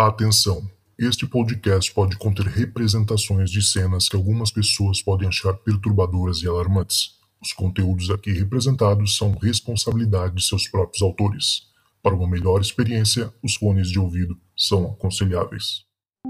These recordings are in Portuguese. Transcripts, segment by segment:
Atenção! Este podcast pode conter representações de cenas que algumas pessoas podem achar perturbadoras e alarmantes. Os conteúdos aqui representados são responsabilidade de seus próprios autores. Para uma melhor experiência, os fones de ouvido são aconselháveis.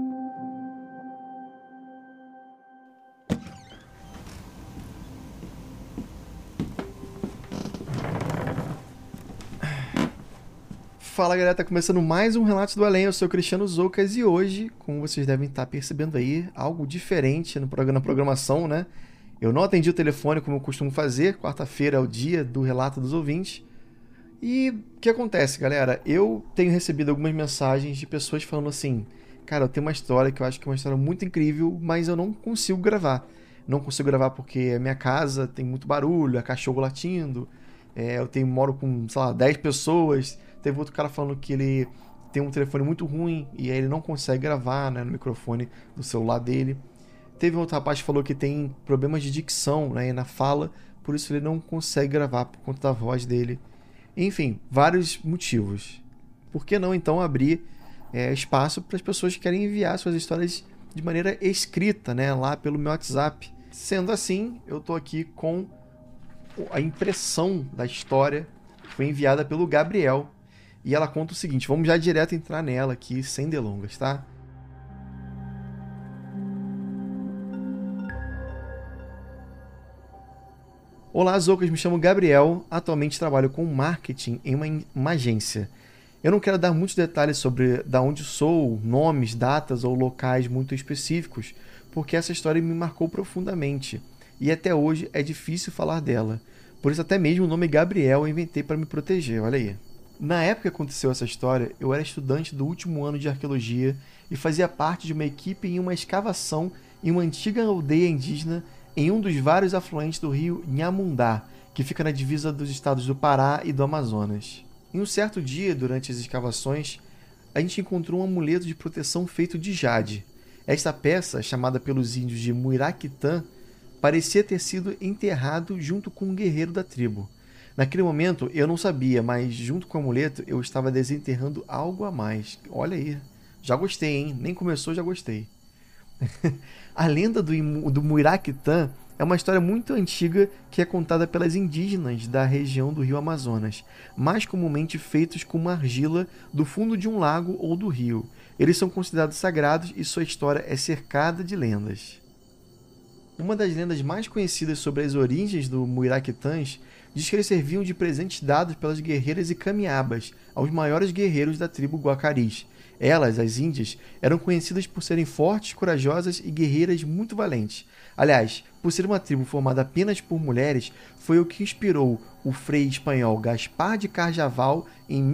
Fala galera, tá começando mais um Relatos do Além, eu sou o Cristiano Zoucas e hoje, como vocês devem estar percebendo aí, algo diferente no programa, na programação, né? Eu não atendi o telefone como eu costumo fazer, quarta-feira é o dia do relato dos ouvintes. E o que acontece, galera? Eu tenho recebido algumas mensagens de pessoas falando assim: cara, eu tenho uma história que eu acho que é uma história muito incrível, mas eu não consigo gravar. Não consigo gravar porque a minha casa tem muito barulho, é cachorro latindo, moro com, sei lá, 10 pessoas. Teve outro cara falando que ele tem um telefone muito ruim e aí ele não consegue gravar, né, no microfone do celular dele. Teve outro rapaz que falou que tem problemas de dicção, né, na fala, por isso ele não consegue gravar por conta da voz dele. Enfim, vários motivos. Por que não então abrir espaço para as pessoas que querem enviar suas histórias de maneira escrita, né, lá pelo meu WhatsApp? Sendo assim, eu estou aqui com a impressão da história que foi enviada pelo Gabriel. E ela conta o seguinte, vamos já direto entrar nela aqui, sem delongas, tá? Olá, Zoucas, me chamo Gabriel, atualmente trabalho com marketing em uma agência. Eu não quero dar muitos detalhes sobre da onde sou, nomes, datas ou locais muito específicos, porque essa história me marcou profundamente, e até hoje é difícil falar dela. Por isso até mesmo o nome Gabriel eu inventei para me proteger, olha aí. Na época que aconteceu essa história, eu era estudante do último ano de arqueologia e fazia parte de uma equipe em uma escavação em uma antiga aldeia indígena em um dos vários afluentes do rio Nhamundá, que fica na divisa dos estados do Pará e do Amazonas. Em um certo dia, durante as escavações, a gente encontrou um amuleto de proteção feito de jade. Esta peça, chamada pelos índios de Muiraquitã, parecia ter sido enterrado junto com um guerreiro da tribo. Naquele momento eu não sabia, mas junto com o amuleto eu estava desenterrando algo a mais. Olha aí, já gostei, hein? Nem começou, já gostei. A lenda do Muiraquitã é uma história muito antiga que é contada pelas indígenas da região do rio Amazonas, mais comumente feitos com uma argila do fundo de um lago ou do rio. Eles são considerados sagrados e sua história é cercada de lendas. Uma das lendas mais conhecidas sobre as origens do Muiraquitãs diz que eles serviam de presentes dados pelas guerreiras e camiabas aos maiores guerreiros da tribo Guacaris. Elas, as índias, eram conhecidas por serem fortes, corajosas e guerreiras muito valentes. Aliás, por ser uma tribo formada apenas por mulheres, foi o que inspirou o frei espanhol Gaspar de Carjaval, em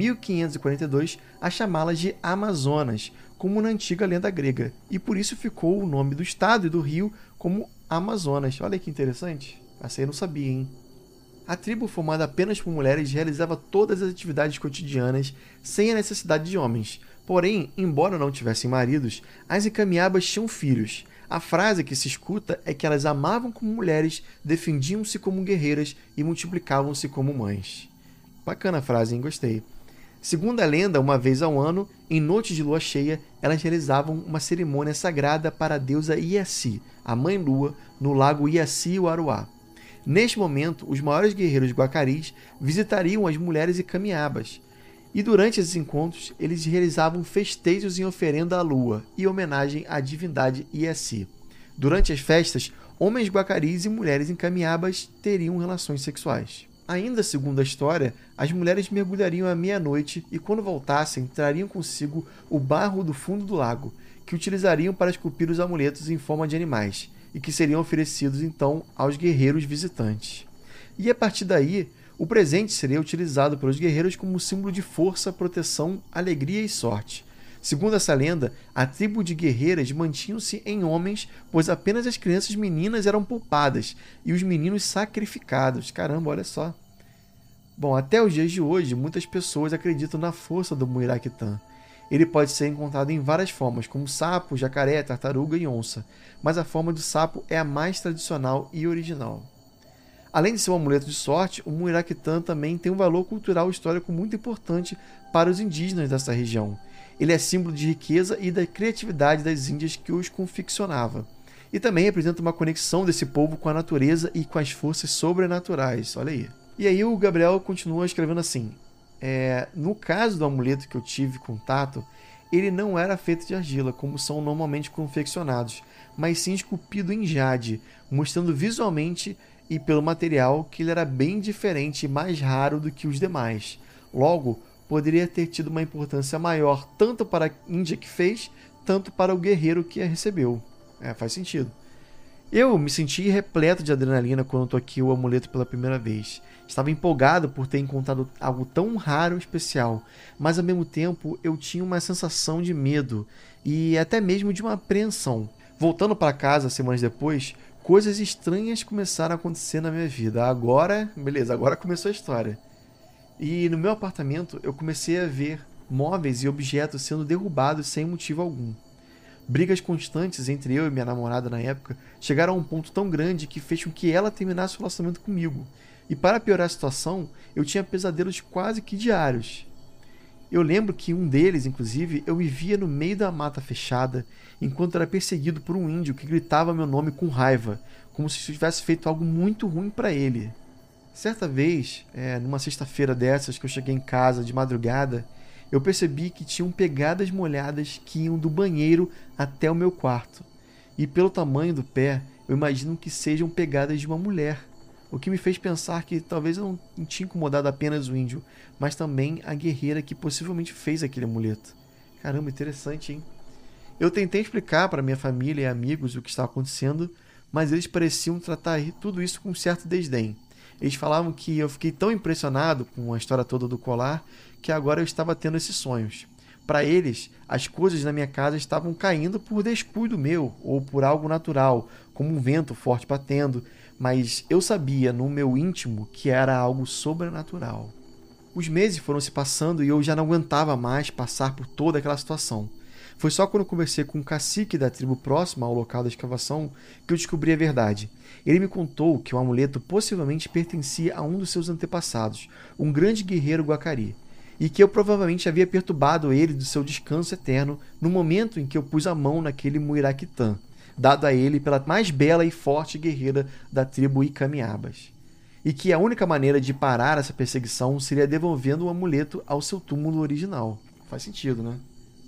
1542, a chamá-las de Amazonas, como na antiga lenda grega, e por isso ficou o nome do estado e do rio como Amazonas. Olha que interessante. Essa aí eu não sabia, hein? A tribo, formada apenas por mulheres, realizava todas as atividades cotidianas sem a necessidade de homens. Porém, embora não tivessem maridos, as Icamiabas tinham filhos. A frase que se escuta é que elas amavam como mulheres, defendiam-se como guerreiras e multiplicavam-se como mães. Bacana a frase, hein? Gostei. Segundo a lenda, uma vez ao ano, em noites de lua cheia, elas realizavam uma cerimônia sagrada para a deusa Iaci, a Mãe Lua, no lago Iaci-Uaruá. Neste momento, os maiores guerreiros guacaris visitariam as mulheres Icamiabas. E durante esses encontros, eles realizavam festejos em oferenda à lua e homenagem à divindade Iaci. Durante as festas, homens guacaris e mulheres Icamiabas teriam relações sexuais. Ainda segundo a história, as mulheres mergulhariam à meia-noite e quando voltassem, trariam consigo o barro do fundo do lago, que utilizariam para esculpir os amuletos em forma de animais, e que seriam oferecidos então aos guerreiros visitantes. E a partir daí, o presente seria utilizado pelos guerreiros como símbolo de força, proteção, alegria e sorte. Segundo essa lenda, a tribo de guerreiras mantinham-se em homens, pois apenas as crianças meninas eram poupadas e os meninos sacrificados. Caramba, olha só. Bom, até os dias de hoje, muitas pessoas acreditam na força do Muiraquitã. Ele pode ser encontrado em várias formas, como sapo, jacaré, tartaruga e onça, mas a forma do sapo é a mais tradicional e original. Além de ser um amuleto de sorte, o Muiraquitã também tem um valor cultural e histórico muito importante para os indígenas dessa região. Ele é símbolo de riqueza e da criatividade das índias que os confeccionava. E também representa uma conexão desse povo com a natureza e com as forças sobrenaturais. Olha aí. E aí o Gabriel continua escrevendo assim. No caso do amuleto que eu tive contato, ele não era feito de argila, como são normalmente confeccionados, mas sim esculpido em jade, mostrando visualmente e pelo material que ele era bem diferente e mais raro do que os demais. Logo, poderia ter tido uma importância maior tanto para a Índia que fez, tanto para o guerreiro que a recebeu. Faz sentido. Eu me senti repleto de adrenalina quando toquei o amuleto pela primeira vez. Estava empolgado por ter encontrado algo tão raro e especial, mas ao mesmo tempo eu tinha uma sensação de medo e até mesmo de uma apreensão. Voltando para casa semanas depois, coisas estranhas começaram a acontecer na minha vida. Agora começou a história. E no meu apartamento eu comecei a ver móveis e objetos sendo derrubados sem motivo algum. Brigas constantes entre eu e minha namorada na época chegaram a um ponto tão grande que fez com que ela terminasse o relacionamento comigo. E para piorar a situação, eu tinha pesadelos quase que diários. Eu lembro que um deles, inclusive, eu me via no meio da mata fechada, enquanto era perseguido por um índio que gritava meu nome com raiva, como se eu tivesse feito algo muito ruim para ele. Certa vez, numa sexta-feira dessas que eu cheguei em casa de madrugada, eu percebi que tinham pegadas molhadas que iam do banheiro até o meu quarto. E pelo tamanho do pé, eu imagino que sejam pegadas de uma mulher. O que me fez pensar que talvez eu não tinha incomodado apenas o índio, mas também a guerreira que possivelmente fez aquele amuleto. Caramba, interessante, hein? Eu tentei explicar para minha família e amigos o que estava acontecendo, mas eles pareciam tratar tudo isso com um certo desdém. Eles falavam que eu fiquei tão impressionado com a história toda do colar que agora eu estava tendo esses sonhos. Para eles, as coisas na minha casa estavam caindo por descuido meu ou por algo natural, como um vento forte batendo, mas eu sabia no meu íntimo que era algo sobrenatural. Os meses foram se passando e eu já não aguentava mais passar por toda aquela situação. Foi só quando eu conversei com um cacique da tribo próxima ao local da escavação que eu descobri a verdade. Ele me contou que o amuleto possivelmente pertencia a um dos seus antepassados, um grande guerreiro Guacari, e que eu provavelmente havia perturbado ele do seu descanso eterno no momento em que eu pus a mão naquele Muiraquitã, dado a ele pela mais bela e forte guerreira da tribo Icamiabas. E que a única maneira de parar essa perseguição seria devolvendo o amuleto ao seu túmulo original. Faz sentido, né?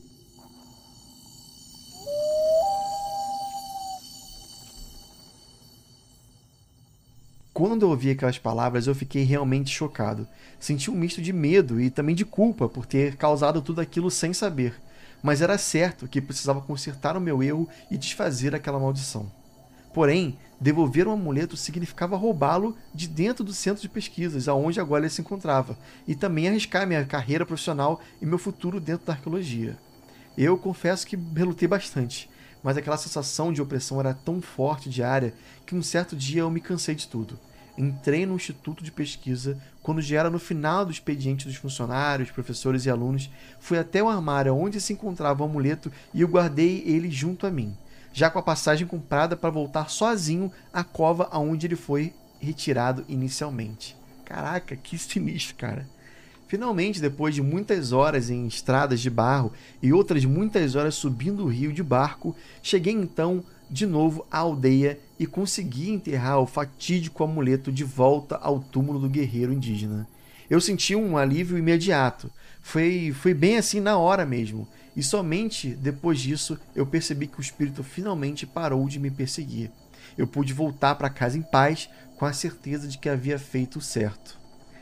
Quando eu ouvi aquelas palavras, eu fiquei realmente chocado. Senti um misto de medo e também de culpa por ter causado tudo aquilo sem saber. Mas era certo que precisava consertar o meu erro e desfazer aquela maldição. Porém, devolver o amuleto significava roubá-lo de dentro do centro de pesquisas, aonde agora ele se encontrava, e também arriscar minha carreira profissional e meu futuro dentro da arqueologia. Eu confesso que relutei bastante, mas aquela sensação de opressão era tão forte e diária que um certo dia eu me cansei de tudo. Entrei no instituto de pesquisa, quando já era no final do expediente dos funcionários, professores e alunos, fui até o armário onde se encontrava o amuleto e eu guardei ele junto a mim, já com a passagem comprada para voltar sozinho à cova aonde ele foi retirado inicialmente. Caraca, que sinistro, cara. Finalmente, depois de muitas horas em estradas de barro e outras muitas horas subindo o rio de barco, cheguei então de novo à aldeia e consegui enterrar o fatídico amuleto de volta ao túmulo do guerreiro indígena. Eu senti um alívio imediato. Foi bem assim na hora mesmo. E somente depois disso eu percebi que o espírito finalmente parou de me perseguir. Eu pude voltar para casa em paz, com a certeza de que havia feito o certo.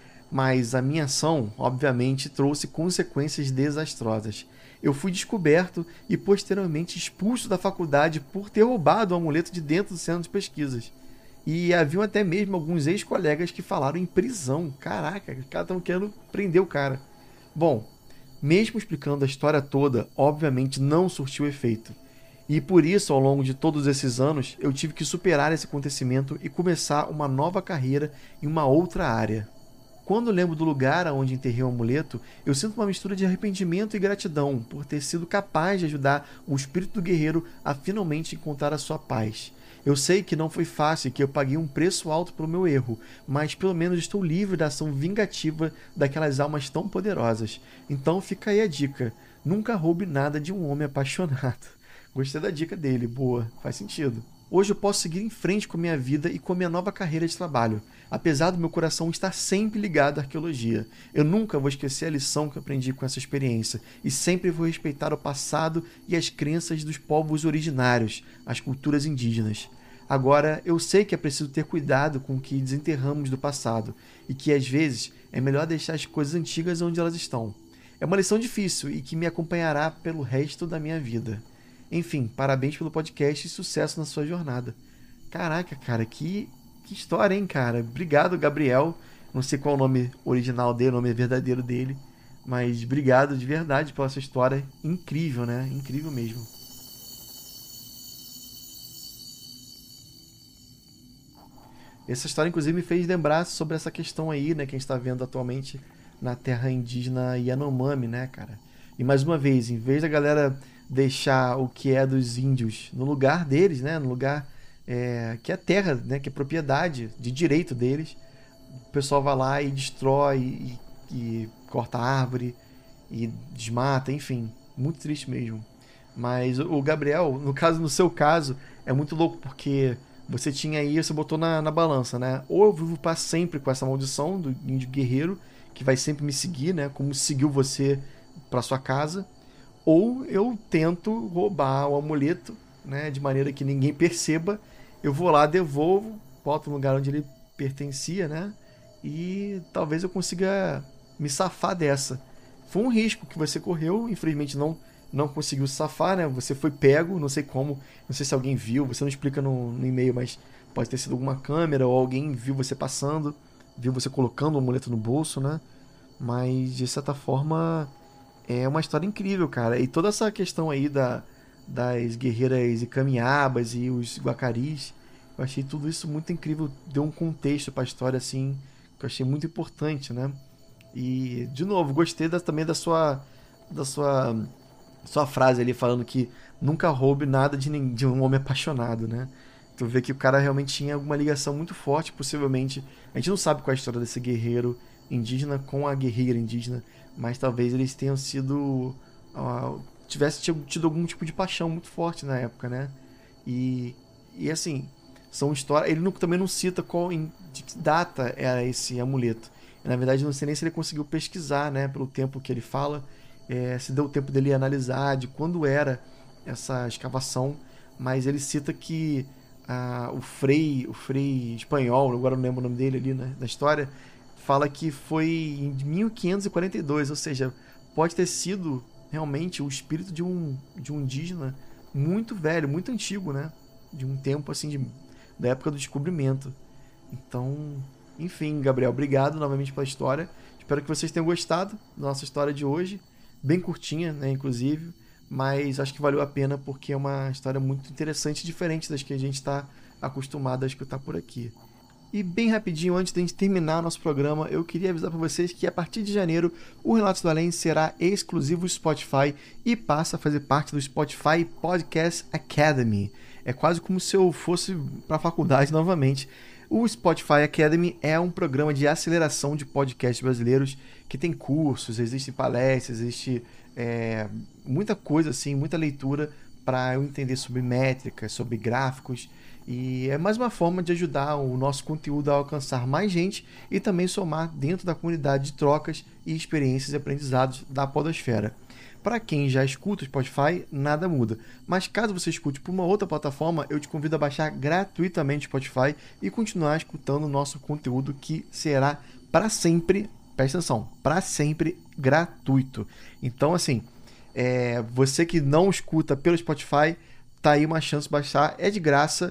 Mas a minha ação, obviamente, trouxe consequências desastrosas. Eu fui descoberto e posteriormente expulso da faculdade por ter roubado o amuleto de dentro do centro de pesquisas. E haviam até mesmo alguns ex-colegas que falaram em prisão. Caraca, os caras estão querendo prender o cara. Bom, mesmo explicando a história toda, obviamente não surtiu efeito. E por isso, ao longo de todos esses anos, eu tive que superar esse acontecimento e começar uma nova carreira em uma outra área. Quando lembro do lugar onde enterrei o amuleto, eu sinto uma mistura de arrependimento e gratidão por ter sido capaz de ajudar o espírito do guerreiro a finalmente encontrar a sua paz. Eu sei que não foi fácil e que eu paguei um preço alto pelo meu erro, mas pelo menos estou livre da ação vingativa daquelas almas tão poderosas. Então fica aí a dica. Nunca roube nada de um homem apaixonado. Gostei da dica dele, boa, faz sentido. Hoje eu posso seguir em frente com a minha vida e com a minha nova carreira de trabalho, apesar do meu coração estar sempre ligado à arqueologia. Eu nunca vou esquecer a lição que eu aprendi com essa experiência e sempre vou respeitar o passado e as crenças dos povos originários, as culturas indígenas. Agora, eu sei que é preciso ter cuidado com o que desenterramos do passado e que, às vezes, é melhor deixar as coisas antigas onde elas estão. É uma lição difícil e que me acompanhará pelo resto da minha vida. Enfim, parabéns pelo podcast e sucesso na sua jornada. Caraca, cara, que história, hein, cara? Obrigado, Gabriel. Não sei qual é o nome original dele, o nome verdadeiro dele, mas obrigado de verdade pela sua história. Incrível, né? Incrível mesmo. Essa história, inclusive, me fez lembrar sobre essa questão aí, né, que a gente está vendo atualmente na terra indígena Yanomami, né, cara? E mais uma vez, em vez da galera deixar o que é dos índios no lugar deles, né, no lugar que é terra, né, que é propriedade de direito deles, o pessoal vai lá e destrói e corta árvore e desmata, enfim, muito triste mesmo. Mas o Gabriel, no seu caso, é muito louco porque você tinha aí, você botou na balança, né? Ou eu vivo para sempre com essa maldição do índio guerreiro, que vai sempre me seguir, né? Como seguiu você para sua casa. Ou eu tento roubar o amuleto, né? De maneira que ninguém perceba. Eu vou lá, devolvo, boto no lugar onde ele pertencia, né? E talvez eu consiga me safar dessa. Foi um risco que você correu, infelizmente não conseguiu se safar, né? Você foi pego, não sei como, não sei se alguém viu, você não explica no e-mail, mas pode ter sido alguma câmera ou alguém viu você passando, viu você colocando o amuleto no bolso, né? Mas de certa forma é uma história incrível, cara. E toda essa questão aí das guerreiras Icamiabas e os Guacaris, eu achei tudo isso muito incrível, deu um contexto pra história assim, que eu achei muito importante, né? E de novo, gostei também da sua frase ali falando que nunca roube nada de um homem apaixonado, né? Tu vê que o cara realmente tinha alguma ligação muito forte, possivelmente. A gente não sabe qual é a história desse guerreiro indígena com a guerreira indígena, mas talvez eles tenham sido. Tivesse tido algum tipo de paixão muito forte na época, né? E assim, são histórias. Ele também não cita de que data era esse amuleto. Na verdade, não sei nem se ele conseguiu pesquisar, né? Pelo tempo que ele fala. Se deu o tempo dele analisar de quando era essa escavação, mas ele cita que o frei espanhol, agora não lembro o nome dele ali, né, na história, fala que foi em 1542, ou seja, pode ter sido realmente o espírito de um indígena muito velho, muito antigo, né, de um tempo assim, da época do descobrimento. Então, enfim, Gabriel, obrigado novamente pela história, espero que vocês tenham gostado da nossa história de hoje. Bem curtinha, né, inclusive, mas acho que valeu a pena porque é uma história muito interessante e diferente das que a gente está acostumado a escutar por aqui. E bem rapidinho, antes de a gente terminar nosso programa, eu queria avisar para vocês que a partir de janeiro o Relatos do Além será exclusivo Spotify e passa a fazer parte do Spotify Podcast Academy. É quase como se eu fosse para a faculdade novamente. O Spotify Academy é um programa de aceleração de podcasts brasileiros que tem cursos, existem palestras, existe muita coisa assim, muita leitura para eu entender sobre métricas, sobre gráficos, e é mais uma forma de ajudar o nosso conteúdo a alcançar mais gente e também somar dentro da comunidade de trocas e experiências e aprendizados da podosfera. Para quem já escuta o Spotify, nada muda. Mas caso você escute por uma outra plataforma, eu te convido a baixar gratuitamente o Spotify e continuar escutando o nosso conteúdo que será para sempre, presta atenção, para sempre gratuito. Então, assim, você que não escuta pelo Spotify, tá aí uma chance de baixar, é de graça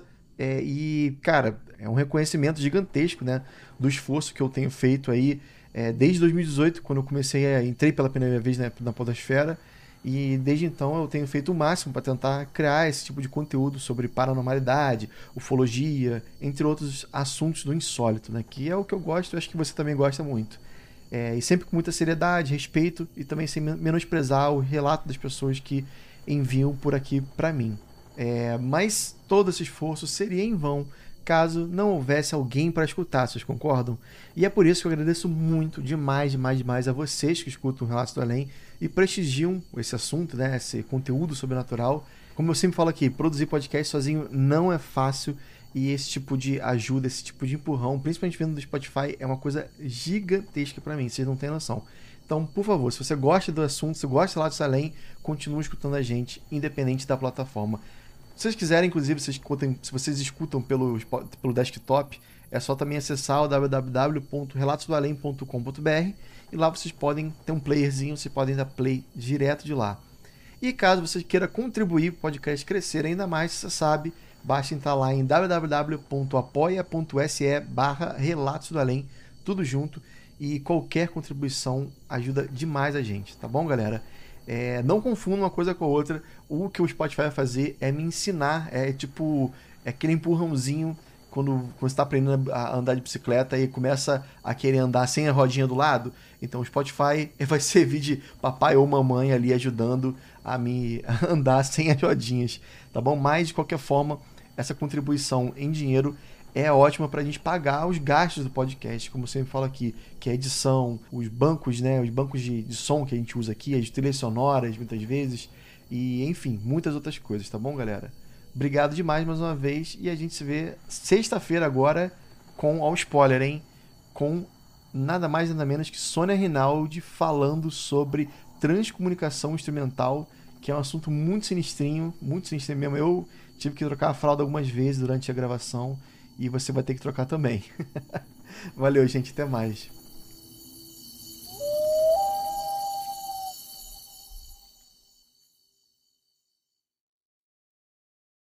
e, cara, é um reconhecimento gigantesco, né, do esforço que eu tenho feito aí desde 2018, quando eu entrei pela primeira vez, né, na podosfera, e desde então eu tenho feito o máximo para tentar criar esse tipo de conteúdo sobre paranormalidade, ufologia, entre outros assuntos do insólito, né, que é o que eu gosto e acho que você também gosta muito. E sempre com muita seriedade, respeito e também sem menosprezar o relato das pessoas que enviam por aqui para mim. Mas todo esse esforço seria em vão caso não houvesse alguém para escutar, vocês concordam? E é por isso que eu agradeço muito, demais, demais, demais a vocês que escutam o Relatos do Além e prestigiam esse assunto, né, esse conteúdo sobrenatural. Como eu sempre falo aqui, produzir podcast sozinho não é fácil e esse tipo de ajuda, esse tipo de empurrão, principalmente vindo do Spotify, é uma coisa gigantesca para mim, vocês não têm noção. Então, por favor, se você gosta do assunto, se gosta do Relatos do Além, continue escutando a gente, independente da plataforma. Se vocês quiserem, inclusive, se vocês escutam pelo desktop, é só também acessar o www.relatosdoalém.com.br e lá vocês podem ter um playerzinho, vocês podem dar play direto de lá. E caso você queira contribuir para o podcast crescer ainda mais, você sabe, basta entrar lá em www.apoia.se/relatosdoalém, tudo junto, e qualquer contribuição ajuda demais a gente, tá bom, galera? Não confunda uma coisa com a outra. O que o Spotify vai fazer é me ensinar. É aquele empurrãozinho quando você está aprendendo a andar de bicicleta e começa a querer andar sem a rodinha do lado. Então o Spotify vai servir de papai ou mamãe ali ajudando a me andar sem as rodinhas, tá bom? Mas de qualquer forma, essa contribuição em dinheiro é ótima para a gente pagar os gastos do podcast, como eu sempre falo aqui, que é a edição, os bancos, né, os bancos de som que a gente usa aqui, as trilhas sonoras muitas vezes, e enfim, muitas outras coisas, tá bom, galera? Obrigado demais mais uma vez e a gente se vê sexta-feira agora com, ó, spoiler, hein? Com nada mais nada menos que Sônia Rinaldi falando sobre transcomunicação instrumental, que é um assunto muito sinistrinho mesmo. Eu tive que trocar a fralda algumas vezes durante a gravação e você vai ter que trocar também. Valeu, gente. Até mais.